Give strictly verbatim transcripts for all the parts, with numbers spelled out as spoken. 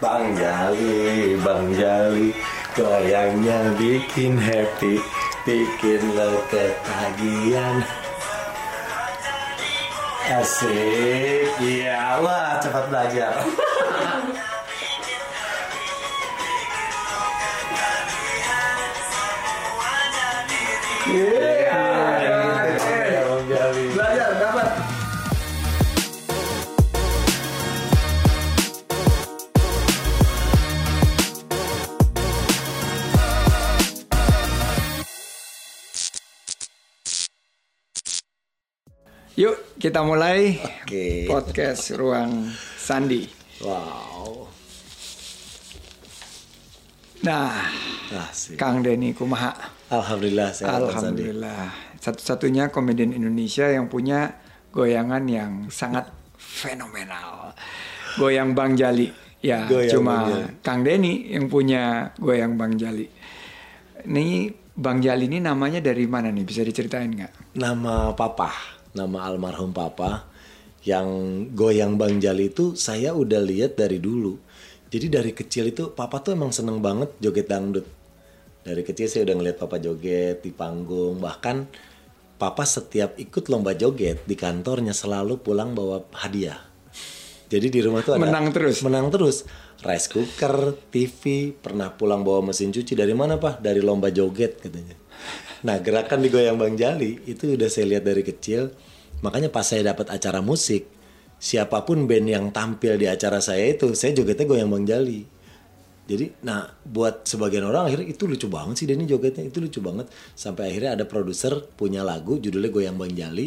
Bang Jali, Bang Jali, goyangnya bikin happy, bikin lo ketagihan. Asik, iya, wah cepat belajar. Yeah, yeah, Bang Jali. Belajar dapat. Yuk kita mulai Oke. podcast Ruang Sandi. Wow. Nah, Asik. Kang Denny kumaha? Alhamdulillah sehat. Alhamdulillah. Satu-satunya komedian Indonesia yang punya goyangan yang sangat fenomenal. Goyang Bang Jali. Ya, Goyang cuma Bang Jali. Kang Denny yang punya goyang Bang Jali. Ini Bang Jali ini namanya dari mana nih? Bisa diceritain nggak? Nama papa, nama almarhum papa yang goyang Bang Jali itu saya udah lihat dari dulu. Jadi dari kecil itu papa tuh emang seneng banget joget dangdut. Dari kecil saya udah ngeliat papa joget di panggung. Bahkan papa setiap ikut lomba joget di kantornya selalu pulang bawa hadiah. Jadi di rumah tuh ada Menang terus? Menang terus. Rice cooker, T V, pernah pulang bawa mesin cuci. Dari mana Pak? Dari lomba joget katanya. Nah gerakan di goyang Bang Jali itu udah saya lihat dari kecil. Makanya pas saya dapat acara musik, siapapun band yang tampil di acara saya itu, saya jogetnya goyang Bang Jali. Jadi, nah buat sebagian orang akhirnya itu lucu banget sih Denny jogetnya, itu lucu banget. Sampai akhirnya ada produser punya lagu judulnya Goyang Bang Jali.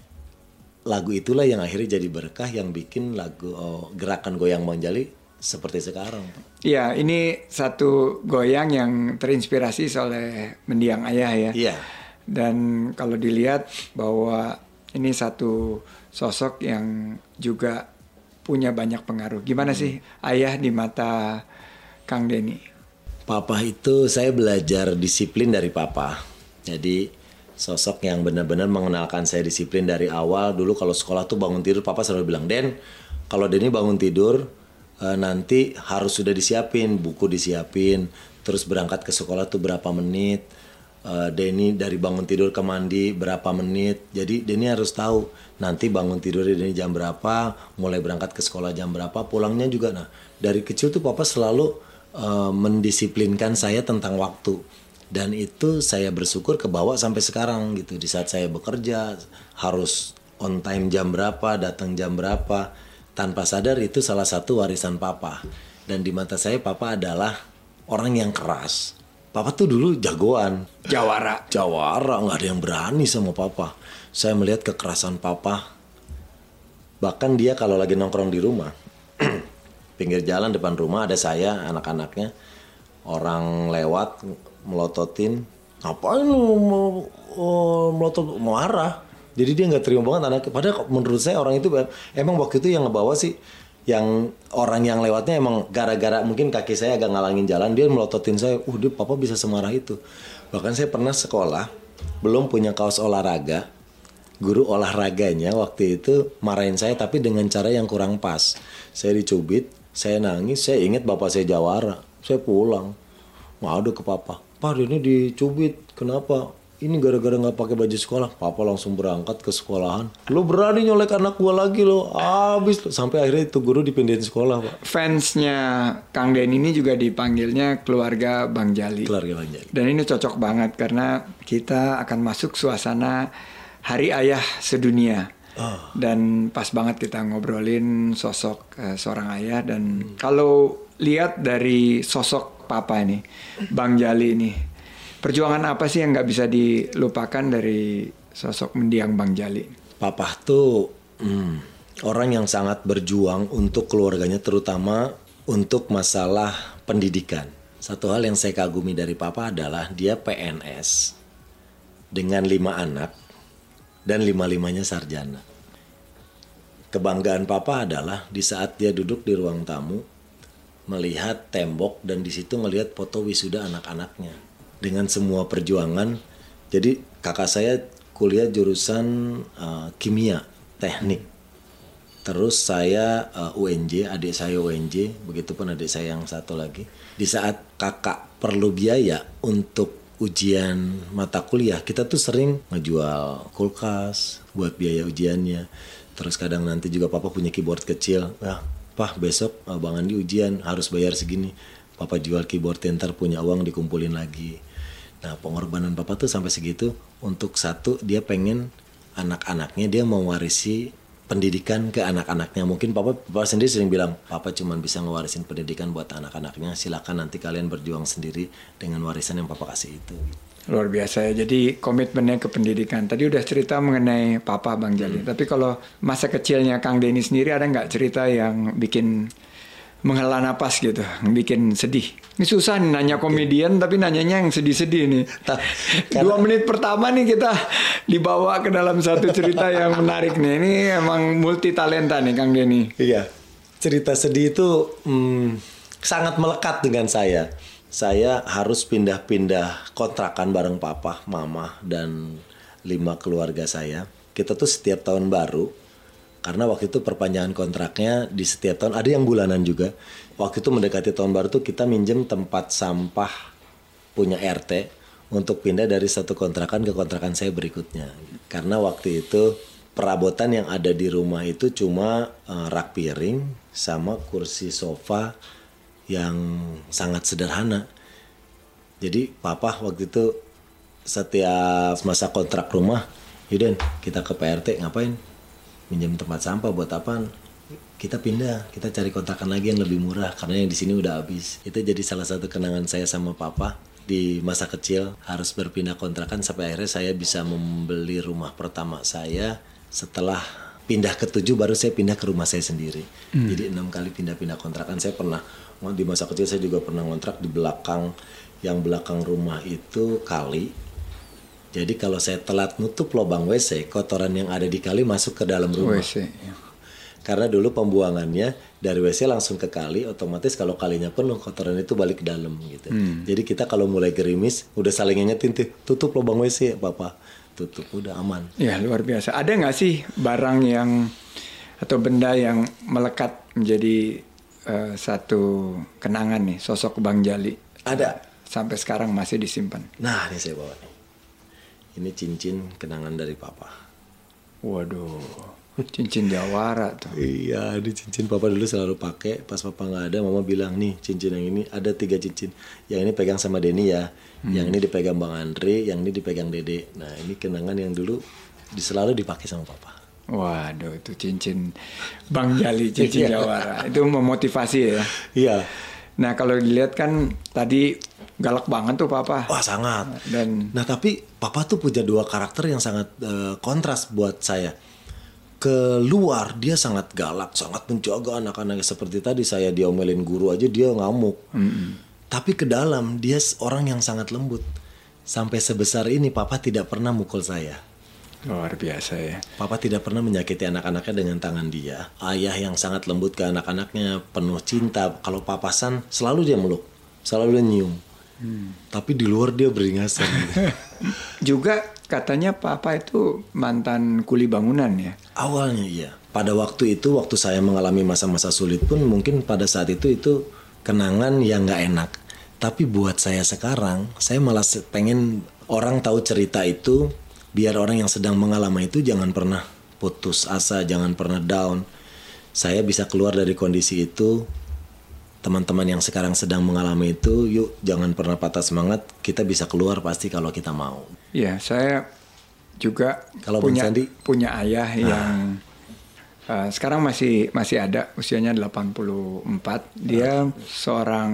Lagu itulah yang akhirnya jadi berkah yang bikin lagu oh, gerakan Goyang Bang Jali seperti sekarang. Iya, ini satu goyang yang terinspirasi oleh mendiang ayah ya. Iya. Dan kalau dilihat bahwa ini satu sosok yang juga punya banyak pengaruh. Gimana hmm. sih ayah di mata Kang Denny? Papa itu saya belajar disiplin dari papa. Jadi sosok yang benar-benar mengenalkan saya disiplin dari awal. Dulu kalau sekolah tuh bangun tidur papa selalu bilang, Den, kalau Denny bangun tidur uh, nanti harus sudah disiapin, buku disiapin, terus berangkat ke sekolah tuh berapa menit. Uh, Denny dari bangun tidur ke mandi berapa menit. Jadi Denny harus tahu nanti bangun tidur Denny jam berapa, mulai berangkat ke sekolah jam berapa, pulangnya juga. Nah dari kecil tuh papa selalu uh, mendisiplinkan saya tentang waktu. Dan itu saya bersyukur kebawa sampai sekarang gitu. Di saat saya bekerja harus on time jam berapa, datang jam berapa. Tanpa sadar itu salah satu warisan papa. Dan di mata saya papa adalah orang yang keras. Papa tuh dulu jagoan. Jawara. Jawara, nggak ada yang berani sama papa. Saya melihat kekerasan papa. Bahkan dia kalau lagi nongkrong di rumah, pinggir jalan depan rumah ada saya, anak-anaknya. Orang lewat, melototin. Ngapain lu mau oh, melotot, mau arah? Jadi dia nggak terima banget anaknya. Padahal menurut saya orang itu, emang waktu itu yang ngebawa sih, yang orang yang lewatnya emang gara-gara mungkin kaki saya agak ngalangin jalan, dia melototin saya. Uh, dia papa bisa semarah itu. Bahkan saya pernah sekolah, belum punya kaos olahraga. Guru olahraganya waktu itu marahin saya tapi dengan cara yang kurang pas. Saya dicubit, saya nangis, saya ingat bapak saya jawara. Saya pulang, ngadu ke papa. Pak, ini dicubit, kenapa? Ini gara-gara nggak pakai baju sekolah. Papa langsung berangkat ke sekolahan. Lo berani nyolek anak gua lagi lo, abis lo. Sampai akhirnya itu guru dipindahin sekolah pak. Fansnya Kang Denny ini juga dipanggilnya keluarga Bang Jali. Keluarga Bang Jali. Dan ini cocok banget karena kita akan masuk suasana Hari Ayah Sedunia. Oh. Dan pas banget kita ngobrolin sosok uh, seorang ayah. Dan hmm. kalau lihat dari sosok papa ini, Bang Jali ini, perjuangan apa sih yang nggak bisa dilupakan dari sosok mendiang Bang Jali? Papa tuh hmm, orang yang sangat berjuang untuk keluarganya, terutama untuk masalah pendidikan. Satu hal yang saya kagumi dari Papa adalah dia P N S dengan lima anak dan lima-limanya sarjana. Kebanggaan Papa adalah di saat dia duduk di ruang tamu, melihat tembok dan di situ melihat foto wisuda anak-anaknya. Dengan semua perjuangan, jadi kakak saya kuliah jurusan uh, kimia, teknik. Terus saya uh, U N J, adik saya U N J, begitupun adik saya yang satu lagi. Di saat kakak perlu biaya untuk ujian mata kuliah, kita tuh sering ngejual kulkas buat biaya ujiannya. Terus kadang nanti juga papa punya keyboard kecil. Ya, Pak besok uh, Bang Andi ujian harus bayar segini. Papa jual keyboard, ntar punya uang dikumpulin lagi. Nah pengorbanan papa tuh sampai segitu. Untuk satu, dia pengen anak-anaknya dia mau warisi pendidikan ke anak-anaknya. Mungkin papa, papa sendiri sering bilang, papa cuma bisa ngewarisin pendidikan buat anak-anaknya, silakan nanti kalian berjuang sendiri dengan warisan yang papa kasih itu. Luar biasa ya, jadi komitmennya ke pendidikan. Tadi udah cerita mengenai papa Bang Jali, hmm. tapi kalau masa kecilnya Kang Denny sendiri ada nggak cerita yang bikin menghela napas gitu, bikin sedih? Ini susah nih nanya komedian, tapi nanyanya yang sedih-sedih nih. Karena... Dua menit pertama nih kita dibawa ke dalam satu cerita yang menarik nih. Ini emang multi talenta nih Kang Denny. Iya, cerita sedih itu hmm, sangat melekat dengan saya. Saya harus pindah-pindah kontrakan bareng papa, mama, dan lima keluarga saya. Kita tuh setiap tahun baru, karena waktu itu perpanjangan kontraknya di setiap tahun, ada yang bulanan juga. Waktu itu mendekati tahun baru tuh kita minjem tempat sampah punya R T untuk pindah dari satu kontrakan ke kontrakan saya berikutnya. Karena waktu itu perabotan yang ada di rumah itu cuma uh, rak piring sama kursi sofa yang sangat sederhana. Jadi papa waktu itu setiap masa kontrak rumah, Yuden kita ke P R T ngapain? Minjem tempat sampah buat apaan? Kita pindah, kita cari kontrakan lagi yang lebih murah karena yang di sini udah habis. Itu jadi salah satu kenangan saya sama papa di masa kecil, harus berpindah kontrakan sampai akhirnya saya bisa membeli rumah pertama saya. Setelah pindah ke tujuh baru saya pindah ke rumah saya sendiri. Hmm. Jadi enam kali pindah-pindah kontrakan. Saya pernah di masa kecil saya juga pernah ngontrak di belakang, yang belakang rumah itu kali. Jadi kalau saya telat nutup lubang W C, kotoran yang ada di kali masuk ke dalam rumah. W C, ya. Karena dulu pembuangannya dari W C langsung ke kali, otomatis kalau kalinya penuh, kotoran itu balik ke dalam gitu. Hmm. Jadi kita kalau mulai gerimis, udah saling ngingetin, tutup lubang W C, Papa. Tutup, udah aman. Ya luar biasa. Ada nggak sih barang yang atau benda yang melekat menjadi uh, satu kenangan nih, sosok Bang Jali? Ada. Sampai sekarang masih disimpan. Nah, ini saya bawa nih. Ini cincin kenangan dari papa. Waduh, cincin jawara tuh. Iya, ini cincin papa dulu selalu pakai. Pas papa nggak ada, mama bilang nih cincin yang ini ada tiga cincin. Yang ini pegang sama Denny ya, hmm. yang ini dipegang Bang Andre, yang ini dipegang Dede. Nah ini kenangan yang dulu selalu dipakai sama papa. Waduh, itu cincin Bang Jali, cincin jawara. Itu memotivasi ya. Iya. Nah kalau dilihat kan tadi galak banget tuh papa. Wah sangat. Dan nah tapi papa tuh punya dua karakter yang sangat uh, kontras buat saya. Keluar dia sangat galak, sangat menjaga anak-anaknya, seperti tadi saya diomelin guru aja dia ngamuk. Mm-hmm. Tapi ke dalam dia orang yang sangat lembut. Sampai sebesar ini papa tidak pernah mukul saya. Luar biasa ya. Papa tidak pernah menyakiti anak-anaknya dengan tangan dia. Ayah yang sangat lembut ke anak-anaknya, penuh cinta. Kalau papasan selalu dia meluk, selalu dia nyium. Hmm. Tapi di luar dia beringasan. Juga katanya papa itu mantan kuli bangunan ya? Awalnya iya. Pada waktu itu, waktu saya mengalami masa-masa sulit pun mungkin pada saat itu itu kenangan yang gak enak. Tapi buat saya sekarang, saya malah pengen orang tahu cerita itu, biar orang yang sedang mengalami itu jangan pernah putus asa, jangan pernah down. Saya bisa keluar dari kondisi itu. Teman-teman yang sekarang sedang mengalami itu, yuk jangan pernah patah semangat. Kita bisa keluar pasti kalau kita mau. Iya, saya juga kalau punya Sandi, punya ayah nah. yang uh, sekarang masih masih ada, usianya delapan puluh empat. Dia nah. seorang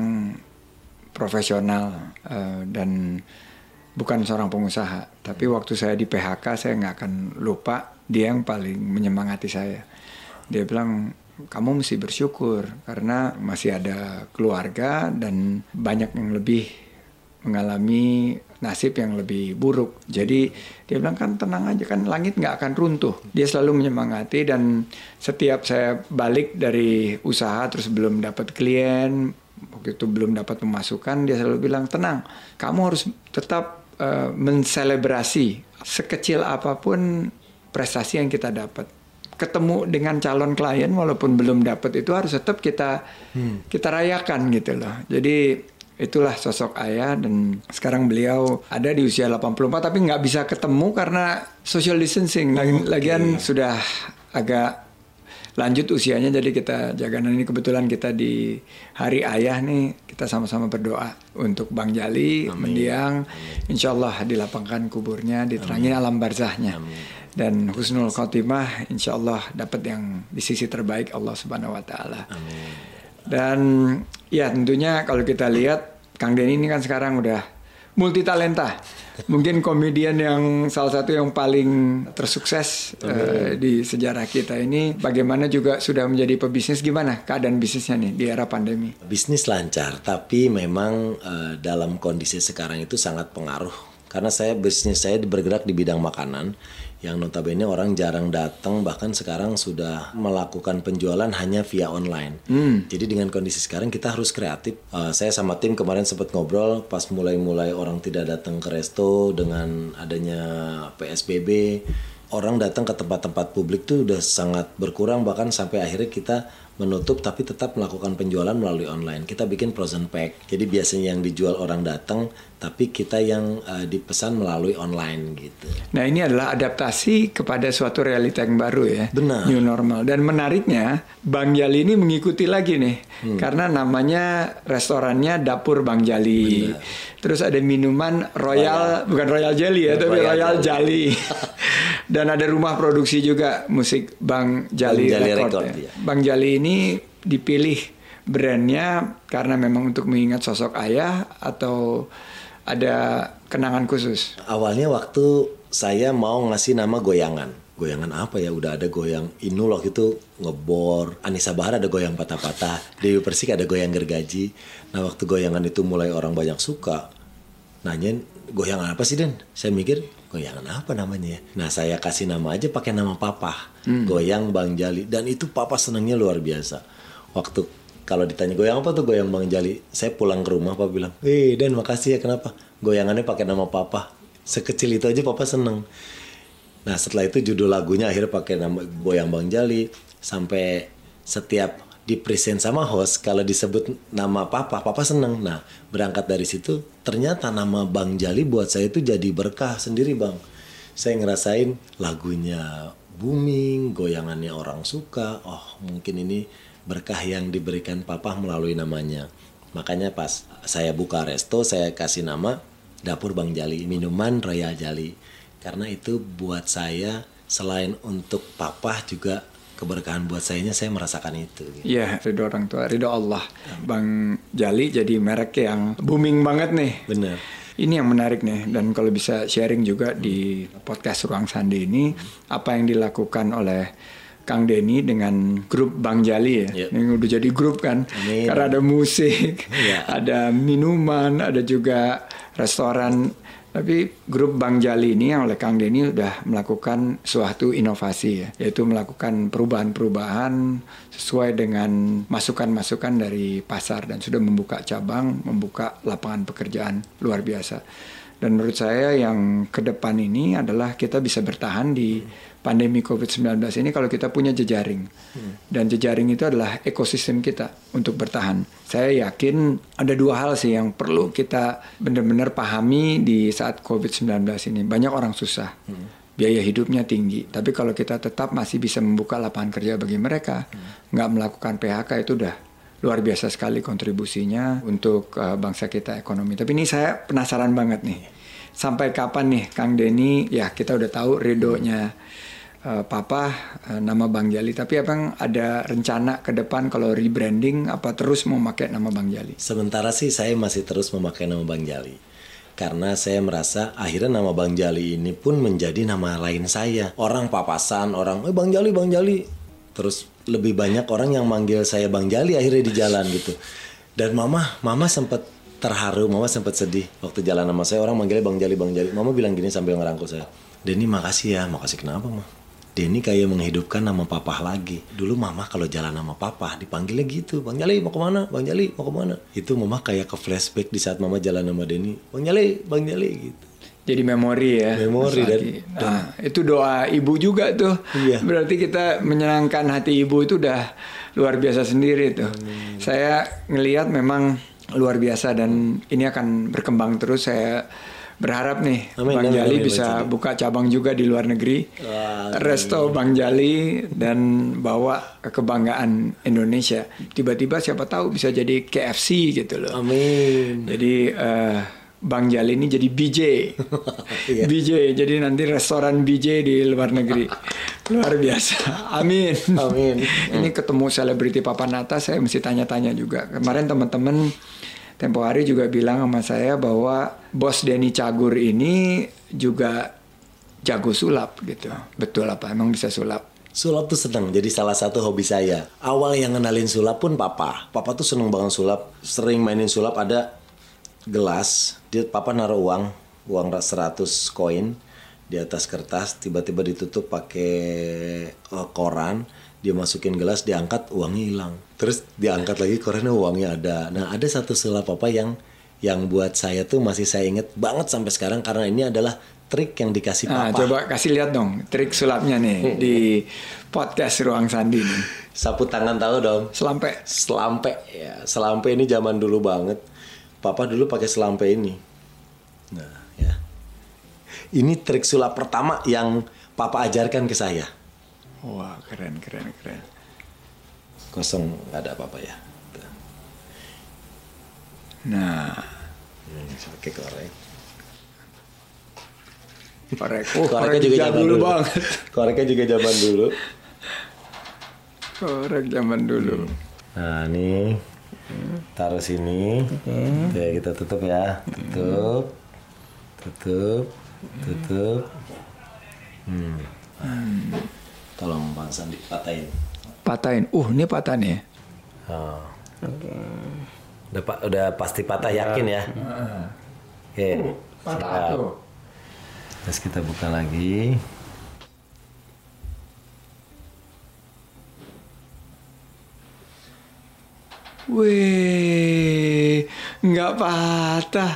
profesional uh, dan bukan seorang pengusaha. Tapi waktu saya di P H K, saya nggak akan lupa dia yang paling menyemangati saya. Dia bilang, kamu mesti bersyukur karena masih ada keluarga dan banyak yang lebih mengalami nasib yang lebih buruk. Jadi dia bilang kan tenang aja, kan langit nggak akan runtuh. Dia selalu menyemangati dan setiap saya balik dari usaha terus belum dapat klien, waktu itu belum dapat pemasukan, dia selalu bilang tenang, kamu harus tetap uh, menselebrasi sekecil apapun prestasi yang kita dapat. ketemu dengan calon klien walaupun belum dapat itu harus tetap kita hmm. kita rayakan gitu loh. Jadi itulah sosok ayah, dan sekarang beliau ada di usia delapan puluh empat tapi nggak bisa ketemu karena social distancing. Okay. Lagian sudah agak lanjut usianya, jadi kita jaga. Dan ini kebetulan kita di hari ayah nih, kita sama-sama berdoa untuk Bang Jali. Amin. Mendiang, insya Allah dilapangkan kuburnya, diterangi alam barzahnya. Amin. Dan husnul khotimah insya Allah dapat yang di sisi terbaik Allah Subhanahu Wa Taala. Dan ya tentunya kalau kita lihat Kang Denny ini kan sekarang udah multi talenta. Mungkin komedian yang salah satu yang paling tersukses uh, di sejarah kita ini. Bagaimana juga sudah menjadi pebisnis, gimana keadaan bisnisnya nih di era pandemi? Bisnis lancar, tapi memang uh, dalam kondisi sekarang itu sangat pengaruh. Karena saya bisnis saya bergerak di bidang makanan, yang notabene orang jarang datang, bahkan sekarang sudah melakukan penjualan hanya via online. Hmm. Jadi dengan kondisi sekarang kita harus kreatif. Uh, saya sama tim kemarin sempat ngobrol pas mulai-mulai orang tidak datang ke resto dengan adanya P S B B. Orang datang ke tempat-tempat publik tuh udah sangat berkurang, bahkan sampai akhirnya kita menutup tapi tetap melakukan penjualan melalui online. Kita bikin frozen pack. Jadi biasanya yang dijual orang datang, tapi kita yang uh, dipesan melalui online gitu. Nah, ini adalah adaptasi kepada suatu realita yang baru ya. Benar. New normal. Dan menariknya, Bang Jali ini mengikuti lagi nih. Hmm. Karena namanya restorannya Dapur Bang Jali. Benar. Terus ada minuman Royal, Royal. bukan Royal Jelly ya, tapi Royal, Royal Jali. Dan ada rumah produksi juga musik Bang Jali, Bang Jali Record. Record ya. Bang Jali ini dipilih brandnya karena memang untuk mengingat sosok ayah atau ada kenangan khusus? Awalnya waktu saya mau ngasih nama goyangan. Goyangan apa ya? Udah ada goyang Inul waktu itu ngebor. Anissa Bahar ada goyang patah-patah. Dewi Persik ada goyang gergaji. Nah waktu goyangan itu mulai orang banyak suka. Nanyain goyangan apa sih Den? Saya mikir goyangan apa namanya ya? Nah saya kasih nama aja pakai nama papa. Hmm. Goyang Bang Jali. Dan itu papa senangnya luar biasa. Waktu kalau ditanya goyang apa tuh goyang Bang Jali, saya pulang ke rumah papa bilang, eh Dan makasih ya, kenapa? Goyangannya pakai nama papa. Sekecil itu aja papa seneng. Nah setelah itu judul lagunya akhirnya pakai nama goyang Bang Jali. Sampai setiap dipresent sama host, kalau disebut nama papa, papa seneng. Nah berangkat dari situ, ternyata nama Bang Jali buat saya itu jadi berkah sendiri Bang. Saya ngerasain lagunya booming, goyangannya orang suka. Oh mungkin ini berkah yang diberikan papa melalui namanya. Makanya pas saya buka resto, saya kasih nama Dapur Bang Jali, minuman Royal Jali. Karena itu buat saya selain untuk papa juga keberkahan buat sayanya, saya merasakan itu. Iya, gitu. Ridho orang tua, ridho Allah. Bang Jali jadi merek yang booming banget nih. Bener. Ini yang menarik nih, dan kalau bisa sharing juga di podcast Ruang Sandi ini, apa yang dilakukan oleh Kang Denny dengan grup Bang Jali ya. Yep. Ini udah jadi grup kan. Amin. Karena ada musik, ya. Ada minuman, ada juga restoran. Tapi grup Bang Jali ini yang oleh Kang Denny udah melakukan suatu inovasi ya, yaitu melakukan perubahan-perubahan sesuai dengan masukan-masukan dari pasar dan sudah membuka cabang, membuka lapangan pekerjaan luar biasa. Dan menurut saya yang ke depan ini adalah kita bisa bertahan di pandemi covid sembilan belas ini kalau kita punya jejaring. Dan jejaring itu adalah ekosistem kita untuk bertahan. Saya yakin ada dua hal sih yang perlu kita benar-benar pahami di saat covid sembilan belas ini. Banyak orang susah, biaya hidupnya tinggi. Tapi kalau kita tetap masih bisa membuka lapangan kerja bagi mereka, nggak melakukan P H K, itu udah luar biasa sekali kontribusinya untuk uh, bangsa kita ekonomi. Tapi ini saya penasaran banget nih. Sampai kapan nih Kang Denny, ya kita udah tahu ridhonya uh, Papa uh, nama Bang Jali. Tapi apa ada rencana ke depan kalau rebranding, apa terus mau pakai nama Bang Jali? Sementara sih saya masih terus memakai nama Bang Jali. Karena saya merasa akhirnya nama Bang Jali ini pun menjadi nama lain saya. Orang papasan, orang, eh Bang Jali, Bang Jali. Terus lebih banyak orang yang manggil saya Bang Jali akhirnya di jalan gitu. Dan mama, mama sempat terharu, mama sempat sedih waktu jalan sama saya, orang manggilnya Bang Jali, Bang Jali. Mama bilang gini sambil ngerangkul saya, Denny makasih ya. Makasih kenapa mah? Denny kayak menghidupkan nama papa lagi. Dulu mama kalau jalan sama papa dipanggilnya gitu, Bang Jali mau kemana? Bang Jali mau kemana? Itu mama kayak ke flashback di saat mama jalan sama Denny, Bang Jali, Bang Jali gitu. jadi memori ya. Memori dan, nah itu doa ibu juga tuh. Iya. Berarti kita menyenangkan hati ibu itu udah luar biasa sendiri tuh. Hmm. Saya ngelihat memang luar biasa dan ini akan berkembang terus. Saya berharap nih amin, Bang amin, Jali amin, bisa amin. buka cabang juga di luar negeri. Amin. Resto Bang Jali dan bawa kebanggaan Indonesia. Tiba-tiba siapa tahu bisa jadi K F C gitu loh. Amin. Jadi uh, Bang Jali ini jadi B J. yeah. B J. Jadi nanti restoran B J di luar negeri. Luar biasa. Amin. Amin. Ini ketemu selebriti papan atas, saya mesti tanya-tanya juga. Kemarin teman-teman tempo hari juga bilang sama saya bahwa bos Denny Cagur ini juga jago sulap gitu. Betul apa? Emang bisa sulap? Sulap tuh seneng, jadi salah satu hobi saya. Awal yang ngenalin sulap pun papa. Papa tuh seneng banget sulap. Sering mainin sulap, ada gelas. Dia, papa naruh uang, uang seratus koin di atas kertas. Tiba-tiba ditutup pakai uh, koran. Dia masukin gelas, diangkat, uangnya hilang. Terus diangkat lagi, korannya uangnya ada. Nah, ada satu sulap apa yang yang buat saya tuh masih saya inget banget sampai sekarang. Karena ini adalah trik yang dikasih papa. Nah, coba kasih lihat dong trik sulapnya nih di podcast Ruang Sandi nih. Sapu tangan tahu dong? Selampe. Selampe, ya. Selampe ini zaman dulu banget. Papa dulu pakai selampe ini. Nah, ya. Ini trik sulap pertama yang papa ajarkan ke saya. Wah, keren, keren, keren. Kosong, nggak ada apa-apa ya. Nah, ini pakai korek. Korek, oh, koreknya korek juga zaman dulu banget. Koreknya juga zaman dulu. Korek zaman dulu. Nah, nih taruh sini. Hmm. Oke, kita tutup ya. Tutup, tutup, tutup. Hmm. Hmm. Tolong Bang Sandi patahin. Patahin. Uh, ini patah nih. Oh. Udah, udah pasti patah, yakin ya? Oke. Uh, patah tuh. Terus kita buka lagi. Wih, nggak patah.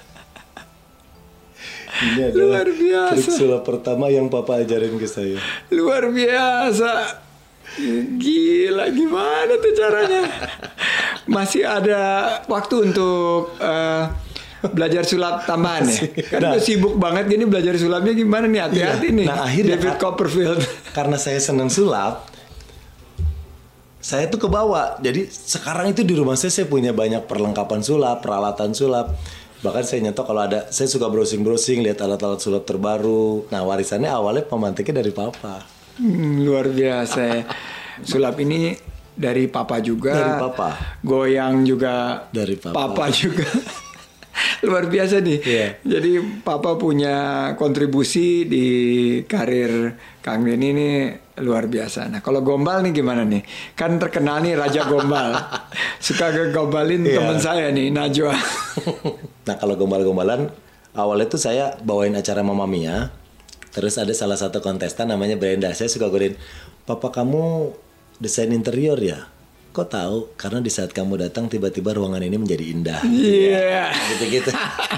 Ini adalah luar biasa. Trik sulap pertama yang papa ajarin ke saya. Luar biasa. Gila, gimana tuh caranya? Masih ada waktu untuk uh, belajar sulap tambahan ya? Karena nah, sibuk banget gini belajar sulapnya gimana nih? Hati-hati iya. nih. Nah, akhirnya David Copperfield. Karena saya senang sulap, saya tuh kebawa. Jadi sekarang itu di rumah saya saya punya banyak perlengkapan sulap, peralatan sulap. Bahkan saya nyetok kalau ada, saya suka browsing-browsing, lihat alat-alat sulap terbaru. Nah, warisannya awalnya pemantiknya dari papa. Hmm, luar biasa ya. Sulap ini dari papa juga. Dari papa. Goyang juga dari papa. Papa juga. Luar biasa nih. Yeah. Jadi papa punya kontribusi di karir Kang Denny ini luar biasa. Nah, kalau gombal nih gimana nih? Kan terkenal nih Raja Gombal. Suka ngegombalin yeah. teman saya nih, Najwa. Nah, kalau gombal-gombalan awalnya tuh saya bawain acara Mamma Mia. Terus ada salah satu kontestan namanya Brenda. Saya suka godain, "Papa kamu desain interior ya?" "Kok tahu?" "Karena di saat kamu datang tiba-tiba ruangan ini menjadi indah." Iya. Yeah. Gitu-gitu.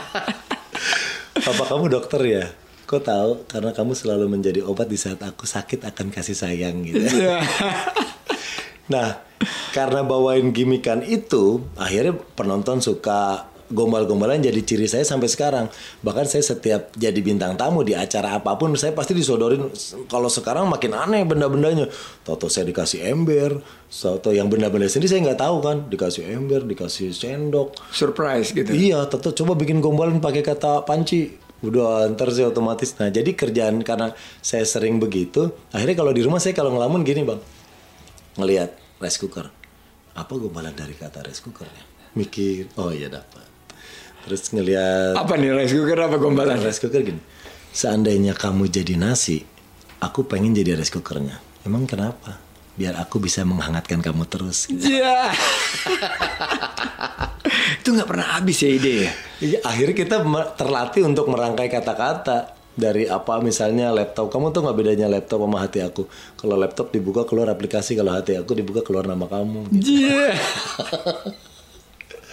"Papa kamu dokter ya?" "Kok tahu?" "Karena kamu selalu menjadi obat di saat aku sakit akan kasih sayang." Gitu. Yeah. Nah, karena bawain gimikan itu, akhirnya penonton suka. Gombal-gombalan jadi ciri saya sampai sekarang. Bahkan saya setiap jadi bintang tamu di acara apapun, saya pasti disodorin. Kalau sekarang makin aneh benda-bendanya. Toto saya dikasih ember, Toto yang benda-benda sendiri saya nggak tahu kan. Dikasih ember, dikasih sendok. Surprise gitu. Iya, Toto coba bikin gombalan pakai kata panci. Udah ntar saya otomatis. Nah, jadi kerjaan karena saya sering begitu. Akhirnya kalau di rumah saya kalau ngelamun gini bang, ngelihat rice cooker. Apa gombalan dari kata rice cookernya? Mikir, oh iya dapat. Terus ngelihat apa nih rice cooker apa gombalan? Rice cooker gini. Seandainya kamu jadi nasi, aku pengen jadi rice cookernya. Emang kenapa? Biar aku bisa menghangatkan kamu terus. Iya. Gitu. Yeah. Itu nggak pernah habis ya ide ya. Akhirnya kita terlatih untuk merangkai kata-kata. Dari apa misalnya laptop. Kamu tuh nggak bedanya laptop sama hati aku. Kalau laptop dibuka keluar aplikasi. Kalau hati aku dibuka keluar nama kamu. Iya. Gitu. Yeah.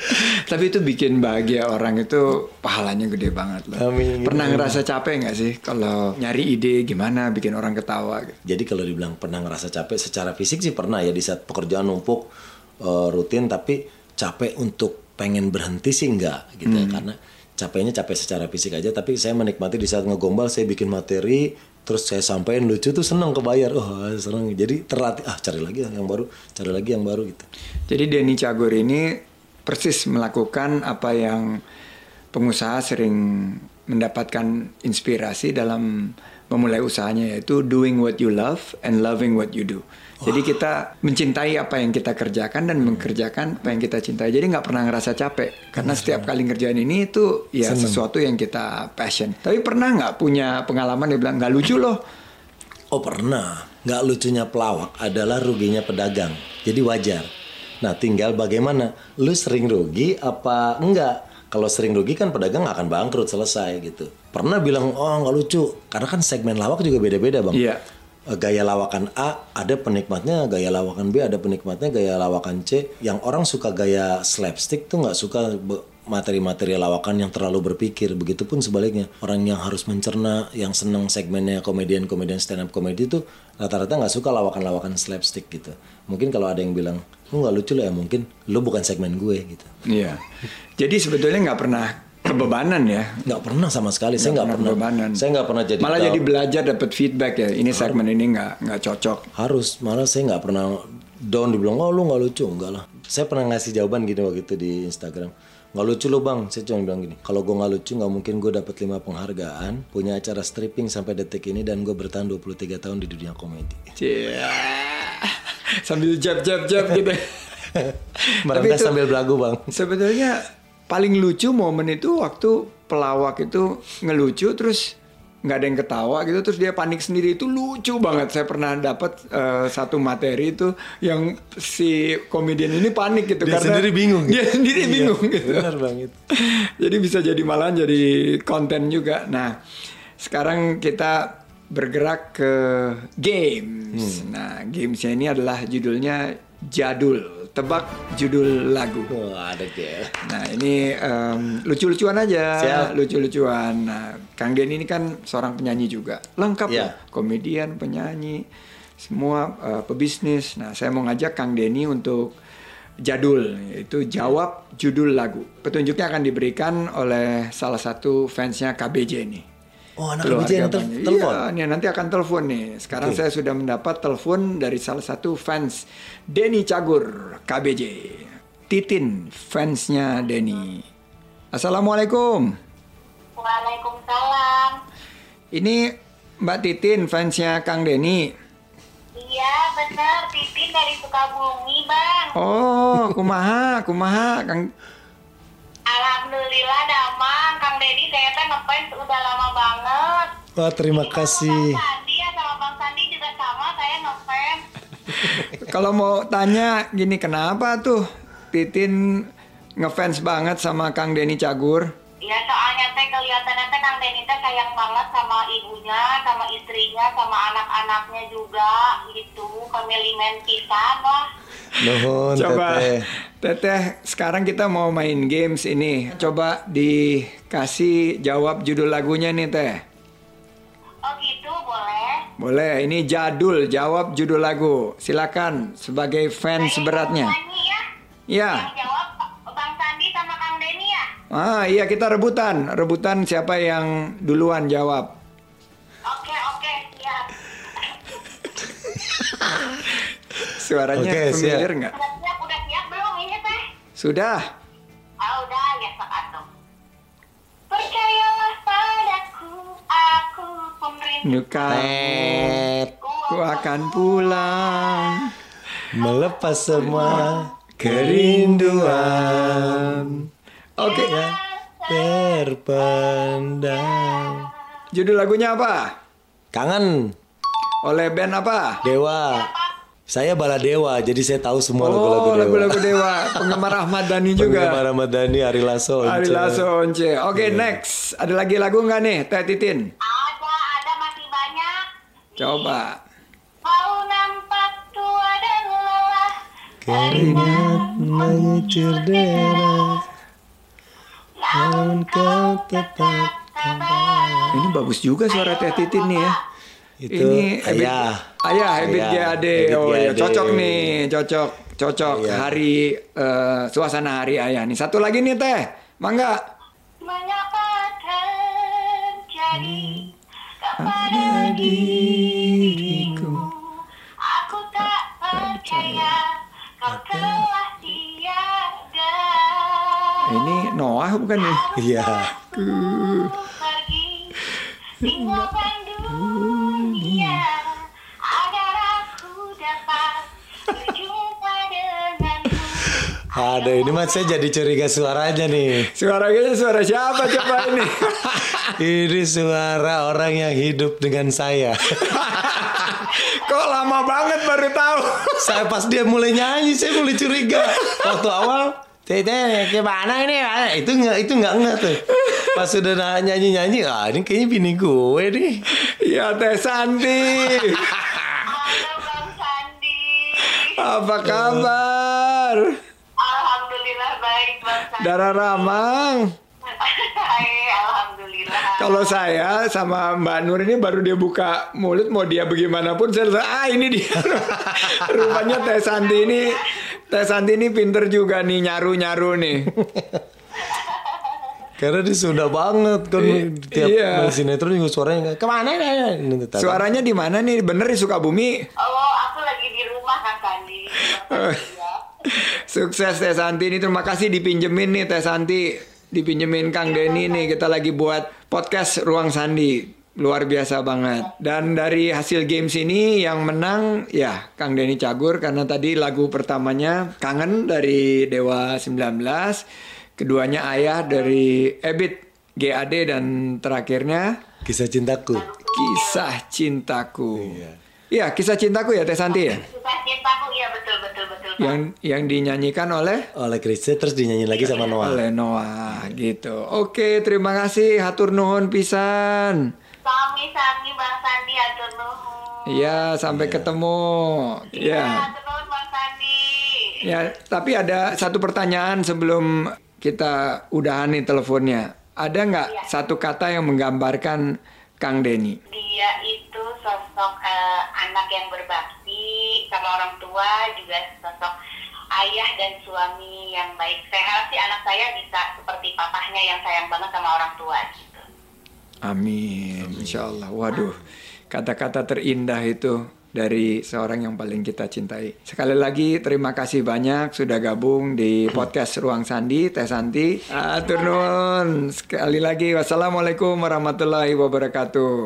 Tapi itu bikin bahagia orang itu pahalanya gede banget loh. Amin. Pernah ngerasa capek nggak sih kalau nyari ide gimana bikin orang ketawa gitu? Jadi kalau dibilang pernah ngerasa capek secara fisik sih pernah ya, di saat pekerjaan numpuk uh, rutin, tapi capek untuk pengen berhenti sih enggak gitu ya. Hmm. Karena capeknya capek secara fisik aja, tapi saya menikmati di saat ngegombal saya bikin materi terus saya sampein lucu tuh seneng, kebayar, oh seneng, jadi terlatih, ah cari lagi yang baru, cari lagi yang baru gitu. Jadi Denny Cagur ini persis melakukan apa yang pengusaha sering mendapatkan inspirasi dalam memulai usahanya, yaitu doing what you love and loving what you do. Jadi kita mencintai apa yang kita kerjakan dan mengerjakan apa yang kita cintai. Jadi nggak pernah ngerasa capek karena setiap kali ngerjain ini itu ya Seneng. sesuatu yang kita passion. Tapi pernah nggak punya pengalaman dia bilang nggak lucu loh? Oh pernah, nggak lucunya pelawak adalah ruginya pedagang, jadi wajar. Nah tinggal bagaimana, lu sering rugi apa enggak? Kalau sering rugi kan pedagang nggak akan bangkrut, selesai gitu. Pernah bilang, oh nggak lucu, karena kan segmen lawak juga beda-beda bang. Iya. Gaya lawakan A ada penikmatnya, gaya lawakan B ada penikmatnya, gaya lawakan C. Yang orang suka gaya slapstick tuh nggak suka be- materi-materi lawakan yang terlalu berpikir. Begitupun sebaliknya, orang yang harus mencerna, yang seneng segmennya komedian-komedian stand up comedy itu rata-rata nggak suka lawakan-lawakan slapstick gitu. Mungkin kalau ada yang bilang, lu nggak lucu lah ya, mungkin lu bukan segmen gue gitu. Iya. Jadi sebetulnya nggak pernah kebebanan ya. Nggak pernah sama sekali. Saya nggak pernah. kebebanan. Saya nggak pernah jadi. Malah tahu. jadi belajar dapat feedback ya. Ini segmen ini nggak nggak cocok. Harus, malah saya nggak pernah down dibilang, oh lu nggak lucu, enggak lah. Saya pernah ngasih jawaban gini waktu itu di Instagram, nggak lucu lu bang. Saya cuma bilang gini, kalau gue nggak lucu nggak mungkin gue dapat lima penghargaan, punya acara stripping sampai detik ini, dan gue bertahan dua puluh tiga tahun di dunia komedi. Cia. Sambil jab jab jab gitu. Merendah itu- sambil belagu bang. Sebetulnya paling lucu momen itu waktu pelawak itu ngelucu terus nggak ada yang ketawa gitu, terus dia panik sendiri, itu lucu banget. Saya pernah dapat eh, satu materi itu yang si komedian ini panik gitu Dia karena sendiri bingung. dia sendiri Iya, bingung gitu. benar banget. Jadi bisa jadi malahan jadi konten juga. Nah sekarang kita bergerak ke games. Nah gamesnya ini adalah judulnya Jadul. Tebak judul lagu. Wah ada dia. Nah ini em, lucu-lucuan aja, Siap. lucu-lucuan. Nah Kang Denny ini kan seorang penyanyi juga, lengkap Iya. lah, komedian, penyanyi, semua eh, pebisnis. Nah saya mau ngajak Kang Denny untuk jadul, yaitu jawab judul lagu. Petunjuknya akan diberikan oleh salah satu fansnya K B J nih. Oh anak K B J yang tel- Keluarga telepon. Iya, nih, nanti akan telepon nih. Sekarang Oke. saya sudah mendapat telepon dari salah satu fans Denny Cagur K B J. Titin, fansnya Denny. Assalamualaikum. Waalaikumsalam. Ini Mbak Titin, fansnya Kang Denny. Iya bener, Titin dari Sukabumi bang. Oh, kumaha, kumaha, Kang. Alhamdulillah damang, Kang Dedi saya teh ngefans udah lama banget. Wah terima Ini sama kasih. Bang Sandi ya, sama Bang Sandi juga sama, saya ngefans. Kalau mau tanya gini, kenapa tuh Titin ngefans banget sama Kang Denny Cagur? Ya soalnya teh kelihatannya teh Kang Dedi teh sayang banget sama ibunya, sama istrinya, sama anak-anaknya juga gitu. Kamelimen pisan lah. Nuhun Coba teteh. Teteh, sekarang kita mau main games ini. Coba dikasih jawab judul lagunya nih Teh. Oh gitu, boleh? Boleh, ini jadul, jawab judul lagu. Silakan sebagai fans Saya beratnya. mau nyanyi ya. Iya. Yang jawab Bang Sandi sama Kang Denny ya. Ah, iya kita rebutan. Rebutan siapa yang duluan jawab. Oke oke siap. Suaranya Oke, siap. familiar nggak? Udah siap udah siap belum ini teh? Sudah. Ah udah ya sok atuh. Percayalah padaku, aku pun rindu. Nyuka. Tet. Ku akan pulang. Melepas semua kerinduan. Oke. Terpendam. Judul lagunya apa? Kangen Oleh band apa? Dewa. Saya Bala Dewa, jadi saya tahu semua lagu-lagu Oh, Dewa. lagu-lagu Dewa. Penggemar Ahmad Dhani juga. Penggemar Ahmad Dhani, Ari Lasso. Ari Once. Lasso, Once. Oke, next. Ada lagi lagu nggak nih, Teh Titin? Ada ada masih banyak. Coba. Mau nampak tua dan lelah. Keringat mengucur deras. namun kau tetap tabah. Ini bagus juga suara Teh Titin nih ya. Itu Ini Ebit- ayah. Ayah Ebit Ayah, G A D. Ebit Oh G A D. ya, cocok nih, cocok, cocok Iya. hari eh, suasana hari ayah nih. Satu lagi nih Teh, mangga. Mengapa terjadi kepada Diriku. aku tak percaya kau telah tiada. Ini Noah bukan nih? Iya. Aku pergi tinggalkan dunia agar aku dapat berjumpa denganmu. Ada ini mas saya jadi curiga suaranya nih. Suaranya suara siapa coba ini? Ini suara orang yang hidup dengan saya. Kok lama banget baru tahu? Saya pas dia mulai nyanyi saya mulai curiga. Waktu awal Tete gimana ini? Itu nggak itu nggak nggak tuh. Pas sudah nyanyi nyanyi, ah ini kayaknya bini gue nih. Ya Teh Santi. Halo Bang Sandi. Apa kabar? Alhamdulillah baik Bang Sandi. Darah Ramang. Hai, alhamdulillah. Kalau saya sama Mbak Nur ini baru dia buka mulut mau dia bagaimanapun saya rasa, ah ini dia. Rupanya Teh Santi ini Teh Santi ini pinter juga nih nyaru-nyaru nih. Karena dia sudah banget kan I- tiap iya. main sinetron juga suaranya kemana ya? Ini tetap. Suaranya di mana nih? Bener di Sukabumi. Oh, aku lagi di rumah Kang Sandi. Sukses Teh Santi ini, terima kasih dipinjemin nih Teh Santi, dipinjemin Kang Denny nih, kita lagi buat podcast Ruang Sandi, luar biasa banget. Dan dari hasil games ini yang menang ya Kang Denny Cagur karena tadi lagu pertamanya Kangen dari Dewa sembilan belas, keduanya Ayah dari Ebit G A D dan terakhirnya Kisah cintaku. Kisah Cintaku. Iya, Kisah Cintaku ya Teh Santi ya. Kisah cintaku, iya betul betul betul. Bang. Yang yang dinyanyikan oleh Oleh Krisye terus dinyanyi lagi sama Noah. oleh Noah gitu. Oke, terima kasih hatur nuhun pisan. Sami-sami Bang Sandi atur nuhun. Iya, sampai ketemu. Iya, Ya. atur nuhun Bang Sandi. Ya, tapi ada satu pertanyaan sebelum kita udahan nih teleponnya. Ada nggak Iya. satu kata yang menggambarkan Kang Denny? Dia itu sosok eh, anak yang berbakti sama orang tua, juga sosok ayah dan suami yang baik. Saya harap sih anak saya bisa seperti papahnya yang sayang banget sama orang tua gitu. Amin, insya Allah. Waduh, kata-kata terindah itu dari seorang yang paling kita cintai. Sekali lagi terima kasih banyak sudah gabung di podcast Ruang Sandi, Teh Santi. Atur nuhun. Sekali lagi wassalamualaikum warahmatullahi wabarakatuh.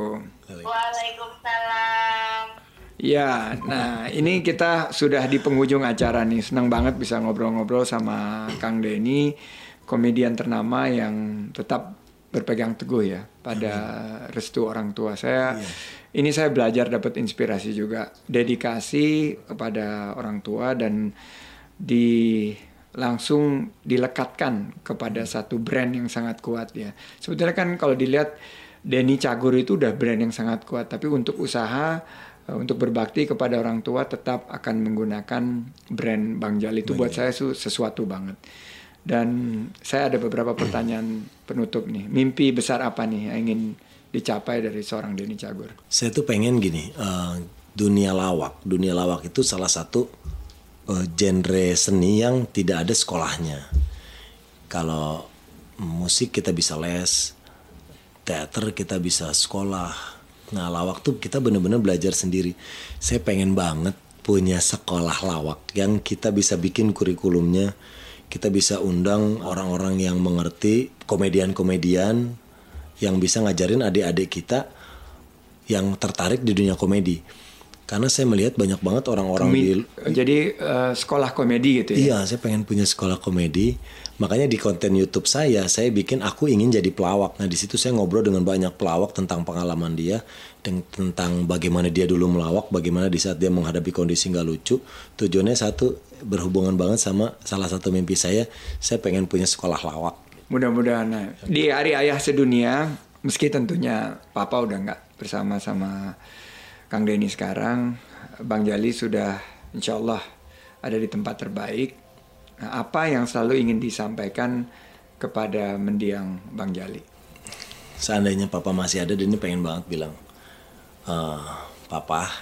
Waalaikumsalam. Ya, nah ini kita sudah di penghujung acara nih. Senang banget bisa ngobrol-ngobrol sama Kang Denny, komedian ternama yang tetap berpegang teguh ya pada restu orang tua. Saya ini saya belajar dapat inspirasi juga, dedikasi kepada orang tua dan di langsung dilekatkan kepada satu brand yang sangat kuat ya. Sebetulnya kan kalau dilihat Denny Cagur itu udah brand yang sangat kuat, tapi untuk usaha untuk berbakti kepada orang tua tetap akan menggunakan brand Bang Jali itu buat saya su- sesuatu banget. Dan saya ada beberapa pertanyaan penutup nih. Mimpi besar apa nih yang ingin dicapai dari seorang Denny Cagur? Saya tuh pengen gini, eh, dunia lawak. Dunia lawak itu salah satu eh, genre seni yang tidak ada sekolahnya. Kalau musik kita bisa les, teater kita bisa sekolah. Nah lawak tuh kita bener-bener belajar sendiri. Saya pengen banget punya sekolah lawak yang kita bisa bikin kurikulumnya. Kita bisa undang orang-orang yang mengerti, komedian-komedian yang bisa ngajarin adik-adik kita yang tertarik di dunia komedi. Karena saya melihat banyak banget orang-orang Komi- di... Jadi eh, sekolah komedi gitu ya? Iya, saya pengen punya sekolah komedi. Makanya di konten YouTube saya, saya bikin aku ingin jadi pelawak. Nah, di situ saya ngobrol dengan banyak pelawak tentang pengalaman dia, dan tentang bagaimana dia dulu melawak, bagaimana di saat dia menghadapi kondisi nggak lucu. Tujuannya satu, berhubungan banget sama salah satu mimpi saya, saya pengen punya sekolah lawak. Mudah-mudahan nah, di Hari Ayah Sedunia, meski tentunya Papa udah nggak bersama sama Kang Denny sekarang, Bang Jali sudah insya Allah ada di tempat terbaik. Nah, apa yang selalu ingin disampaikan kepada mendiang Bang Jali? Seandainya Papa masih ada, Denny pengen banget bilang, e, Papa,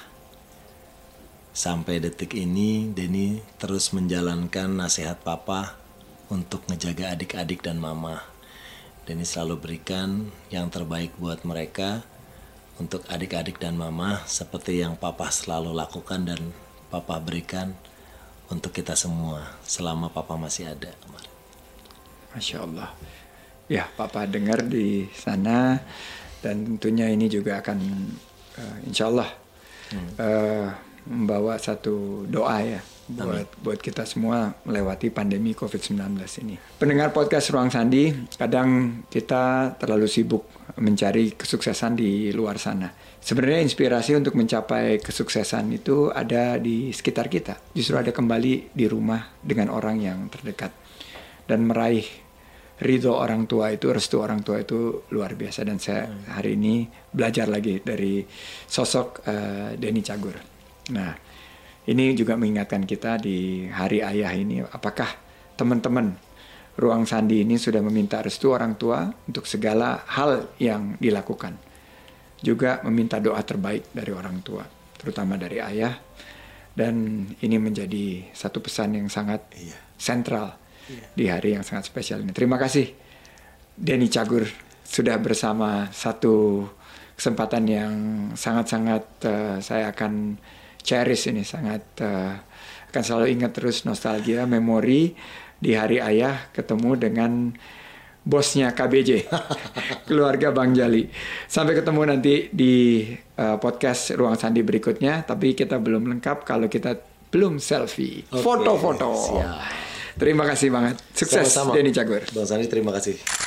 sampai detik ini Denny terus menjalankan nasihat Papa untuk ngejaga adik-adik dan Mama. Denny selalu berikan yang terbaik buat mereka, untuk adik-adik dan Mama, seperti yang Papa selalu lakukan dan Papa berikan untuk kita semua selama Papa masih ada. Masya Allah. Ya, Papa dengar di sana, dan tentunya ini juga akan uh, insya Allah hmm. uh, membawa satu doa ya buat Amin. buat kita semua melewati pandemi covid sembilan belas ini. Pendengar podcast Ruang Sandi, kadang kita terlalu sibuk mencari kesuksesan di luar sana. Sebenarnya inspirasi untuk mencapai kesuksesan itu ada di sekitar kita. Justru ada kembali di rumah dengan orang yang terdekat. Dan meraih ridho orang tua itu, restu orang tua itu luar biasa. Dan saya hari ini belajar lagi dari sosok uh, Denny Cagur. Nah, ini juga mengingatkan kita di Hari Ayah ini, apakah teman-teman Ruang Sandi ini sudah meminta restu orang tua untuk segala hal yang dilakukan. Juga meminta doa terbaik dari orang tua, terutama dari ayah. Dan ini menjadi satu pesan yang sangat iya. sentral iya. di hari yang sangat spesial ini. Terima kasih Denny Cagur sudah bersama, satu kesempatan yang sangat-sangat uh, saya akan cherish ini, sangat uh, akan selalu ingat terus, nostalgia, memori di Hari Ayah ketemu dengan bosnya K B J, keluarga Bang Jali. Sampai ketemu nanti di uh, podcast Ruang Sandi berikutnya. Tapi kita belum lengkap kalau kita belum selfie, okay, foto-foto. Siap. Terima kasih banget. Sukses Denny Cagur. Bang Sandi, terima kasih.